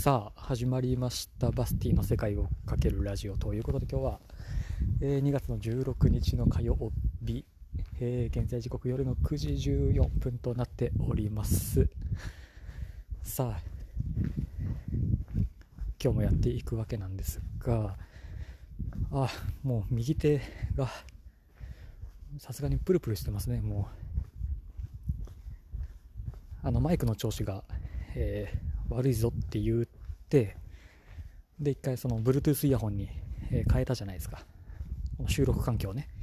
さあ始まりました。バスティの世界をかけるラジオということで、今日は、2月の16日の火曜日、現在時刻夜の9時14分となっております。さあ今日もやっていくわけなんですが、もう右手がさすがにプルプルしてますね。もうマイクの調子が、悪いぞって言って、で一回その Bluetooth イヤホンに、変えたじゃないですか、収録環境をね。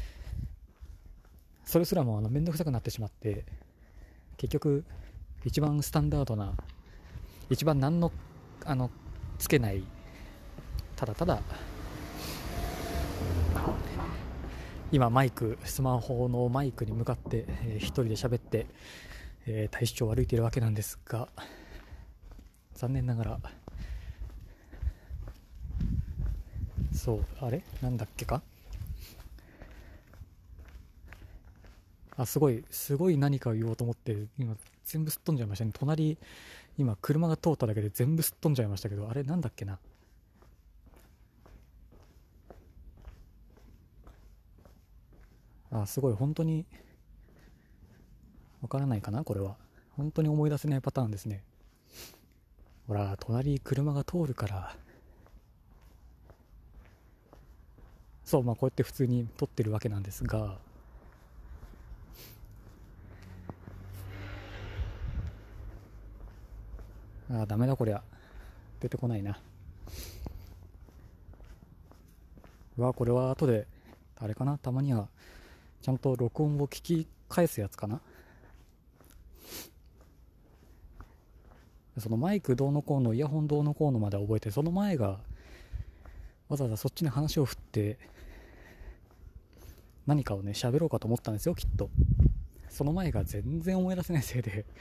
それすらもめんどくさくなってしまって、結局一番スタンダードな、一番何のつけない、ただただ今スマホのマイクに向かって、一人で喋って、大使町を歩いているわけなんですが、残念ながらなんだっけか、すごい何かを言おうと思って今全部すっ飛んじゃいましたね。今車が通っただけで全部すっ飛んじゃいましたけど、あれなんだっけな。すごい本当にわからないかな。これは本当に思い出せないパターンですね。ほら、隣車が通るから、こうやって普通に撮ってるわけなんですが、ダメだこりゃ、出てこないな。これは後であれかな、たまにはちゃんと録音を聞き返すやつかな。そのマイクどうのこうの、イヤホンどうのこうのまで覚えて、その前がわざわざそっちに話を振って何かをね喋ろうかと思ったんですよ、きっと。その前が全然思い出せないせいで、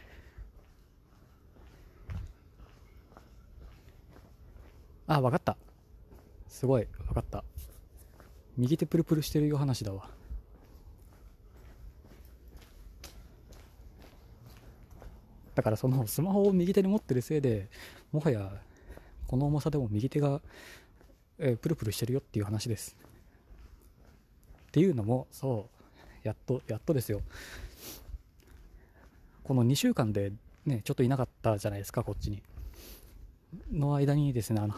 わかった。すごいわかった。右手プルプルしてるよ話だわ。だからそのスマホを右手に持ってるせいで、もはやこの重さでも右手が、プルプルしてるよっていう話です。っていうのも、やっとですよ。この2週間でねちょっといなかったじゃないですか、こっちにの間にですね、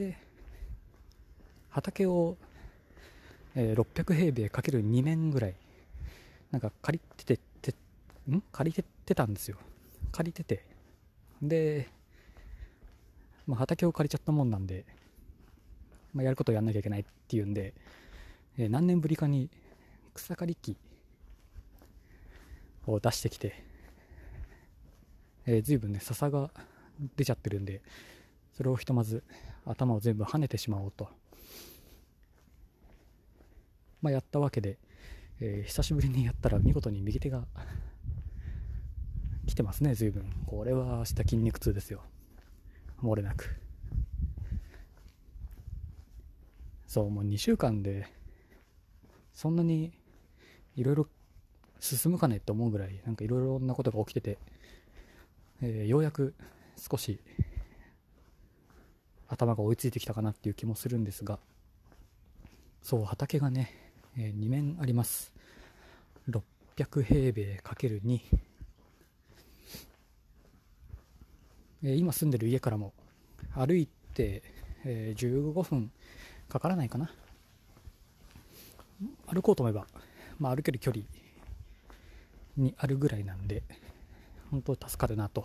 畑を、600平米かける2面ぐらいなんか借りてたんですよ。借りてて、で、畑を借りちゃったもんなんで、やることやんなきゃいけないっていうんで、何年ぶりかに草刈り機を出してきて、随分ね笹が出ちゃってるんで、それをひとまず頭を全部跳ねてしまおうと、やったわけで、久しぶりにやったら見事に右手が来てますね。随分これは明日筋肉痛ですよ、漏れなく。もう2週間でそんなにいろいろ進むかねって思うぐらい、なんかいろいろなことが起きてて、ようやく少し頭が追いついてきたかなっていう気もするんですが、畑がね、2面あります。600平米 ×2、今住んでる家からも歩いて、15分かからないかな。歩こうと思えば、歩ける距離にあるぐらいなんで、本当助かるなと。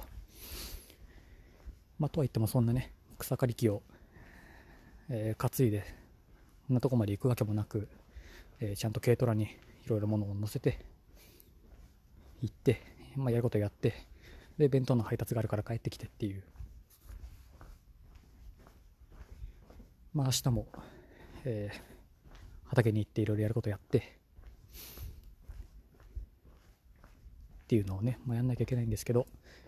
とはいってもそんなね草刈り機を、担いでこんなとこまで行くわけもなく、ちゃんと軽トラにいろいろ物を乗せて行って、やることやって、で弁当の配達があるから帰ってきてっていう。明日も、畑に行っていろいろやることやってっていうのをね、やんなきゃいけないんですけど、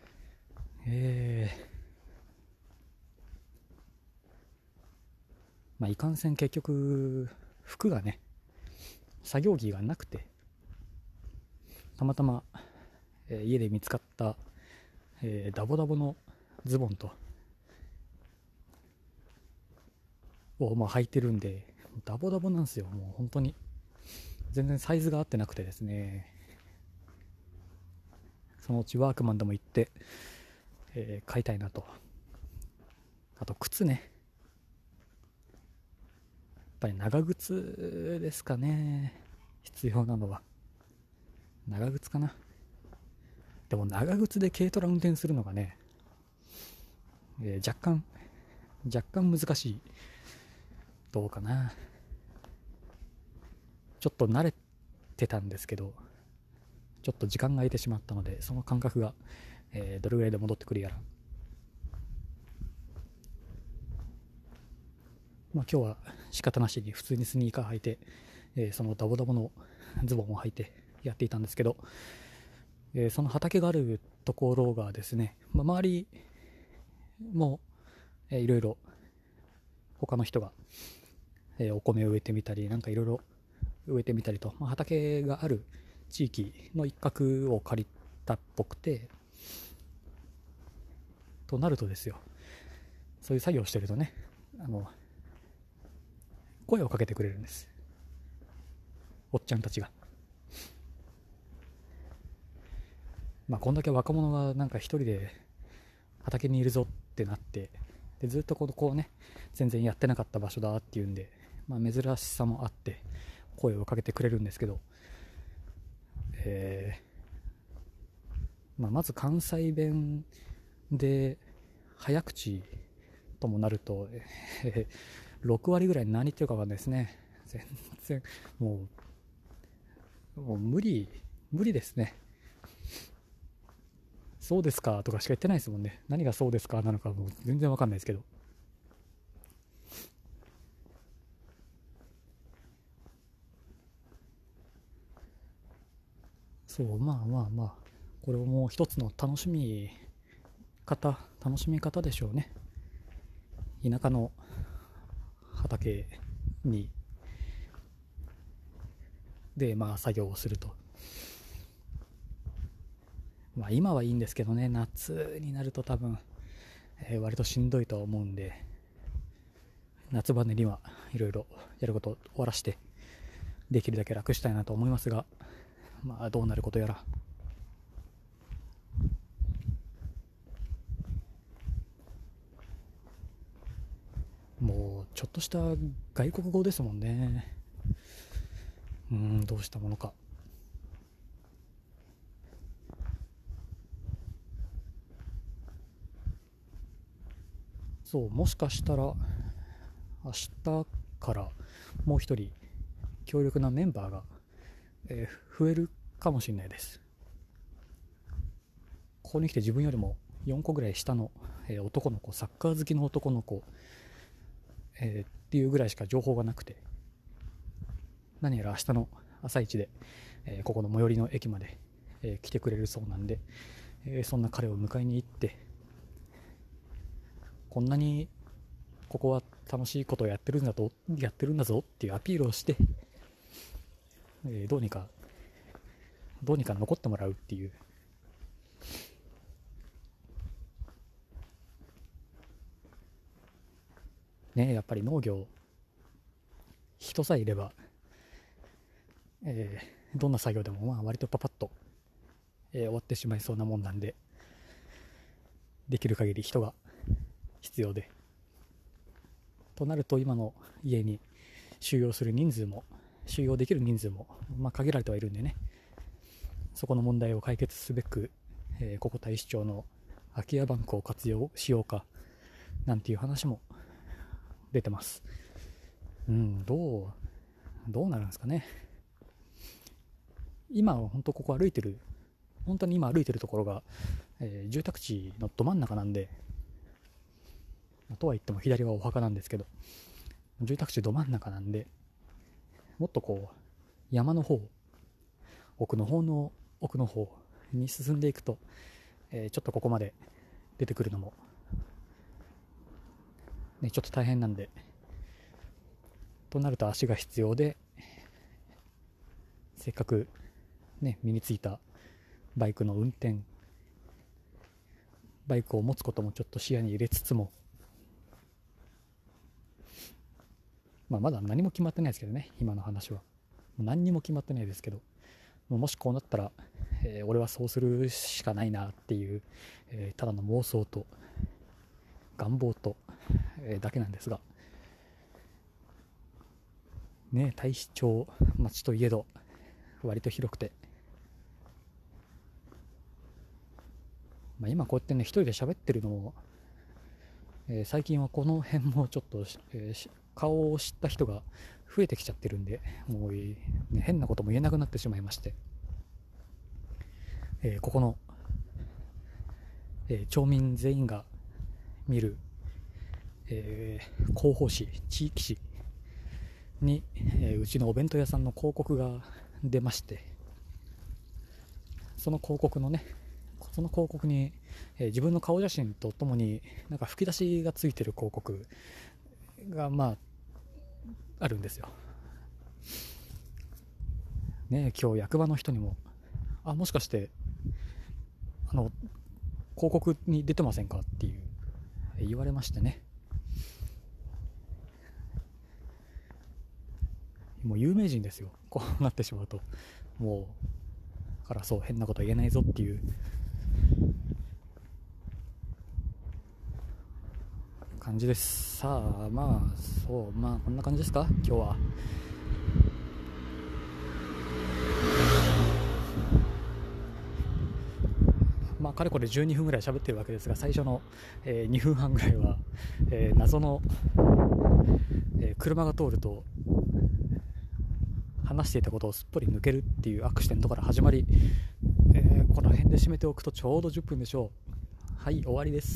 いかんせん結局服がね、作業着がなくて、たまたま、家で見つかった、ダボダボのズボンと、 を履いてるんで、ダボダボなんですよ。もう本当に全然サイズが合ってなくてですね、そのうちワークマンでも行って、買いたいなと。あと靴ね、やっぱり長靴ですかね、必要なのは。長靴かな。でも長靴で軽トラ運転するのがね、若干難しい。どうかな。ちょっと慣れてたんですけど、ちょっと時間が空いてしまったので、その感覚が、どれぐらいで戻ってくるやら。まあ今日は仕方なしに普通にスニーカー履いて、そのダボダボのズボンを履いてやっていたんですけど、その畑があるところがですね、周りも、いろいろ他の人が、お米を植えてみたり、なんかいろいろ植えてみたりと、畑がある地域の一角を借りたっぽくて、となるとですよ、そういう作業をしてるとね、声をかけてくれるんです、おっちゃんたちが。こんだけ若者がなんか一人で畑にいるぞってなって、でずっとこうね、全然やってなかった場所だっていうんで、珍しさもあって声をかけてくれるんですけど、まず関西弁で早口ともなると、6割ぐらい何言ってるか分かんないですね。全然もう無理ですね。そうですかとかしか言ってないですもんね。何がそうですかなのかもう全然分かんないですけど。そう、これも一つの楽しみ方でしょうね。田舎の畑にで作業をすると。今はいいんですけどね、夏になると多分、割としんどいと思うんで、夏バネにはいろいろやることを終わらしてできるだけ楽したいなと思いますが、どうなることやら。もうちょっとした外国語ですもんね。どうしたものか。そう、もしかしたら明日からもう一人強力なメンバーが、増えるかもしれないです。ここに来て自分よりも4個ぐらい下の、男の子、サッカー好きの男の子、っていうぐらいしか情報がなくて、何やら明日の朝一で、ここの最寄りの駅まで、来てくれるそうなんで、そんな彼を迎えに行って、こんなにここは楽しいことをやってるんだぞっていうアピールをして、どうにか残ってもらうっていう。ね、やっぱり農業、人さえいれば、どんな作業でも割とパパッと、終わってしまいそうなもんなんで、できる限り人が必要で、となると今の家に収容できる人数も、限られてはいるんでね、そこの問題を解決すべく、ここ太子町の空き家バンクを活用しようかなんていう話も出てます。どうなるんですかね。今本当ここ歩いてる本当に今歩いてるところが、住宅地のど真ん中なんで、とは言っても左はお墓なんですけど、住宅地ど真ん中なんで、もっと山の方、奥の方に進んでいくと、ちょっとここまで出てくるのも、ね、ちょっと大変なんで、となると足が必要で、せっかくね身についたバイクの運転、バイクを持つこともちょっと視野に入れつつも、 まだ何も決まってないですけどね、今の話は。何にも決まってないですけど、もしこうなったら、俺はそうするしかないなっていう、ただの妄想と願望と、だけなんですが、ね、太子町町といえど割と広くて、今こうやってね一人で喋ってるのも、最近はこの辺もちょっと、顔を知った人が増えてきちゃってるんで、もう、変なことも言えなくなってしまいまして、ここの、町民全員が見る、広報誌、地域誌に、うちのお弁当屋さんの広告が出まして、その広告に、自分の顔写真とともになんか吹き出しがついてる広告があるんですよ。ね、今日役場の人にももしかして広告に出てませんかっていう言われましてね。もう有名人ですよ、こうなってしまうと。もうからそう変なことは言えないぞっていう感じです。さあこんな感じですか今日は。かれこれ12分ぐらい喋ってるわけですが、最初の、2分半ぐらいは、謎の、車が通ると話していたことをすっぽり抜けるっていうアクシデントから始まり、この辺で締めておくとちょうど10分でしょう。はい、終わりです。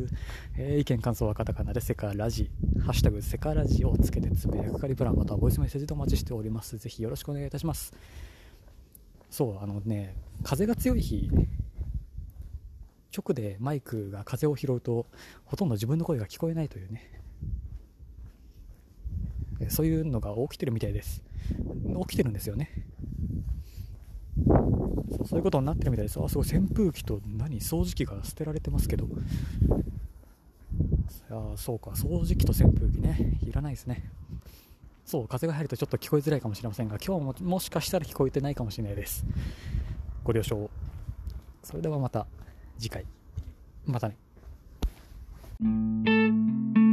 意見感想はカタカナでセカラジ、ハッシュタグセカラジをつけてつぶやく係プラン、またはボイスメッセージでお待ちしております。ぜひよろしくお願いいたします。そう風が強い日、直でマイクが風を拾うとほとんど自分の声が聞こえないというね、そういうのが起きてるみたいです。起きてるんですよね。そういうことになってるみたいです。すごい、扇風機と掃除機が捨てられてますけど、そうか、掃除機と扇風機ね、いらないですね。そう、風が入るとちょっと聞こえづらいかもしれませんが、今日ももしかしたら聞こえてないかもしれないです。ご了承。それではまた次回、またね。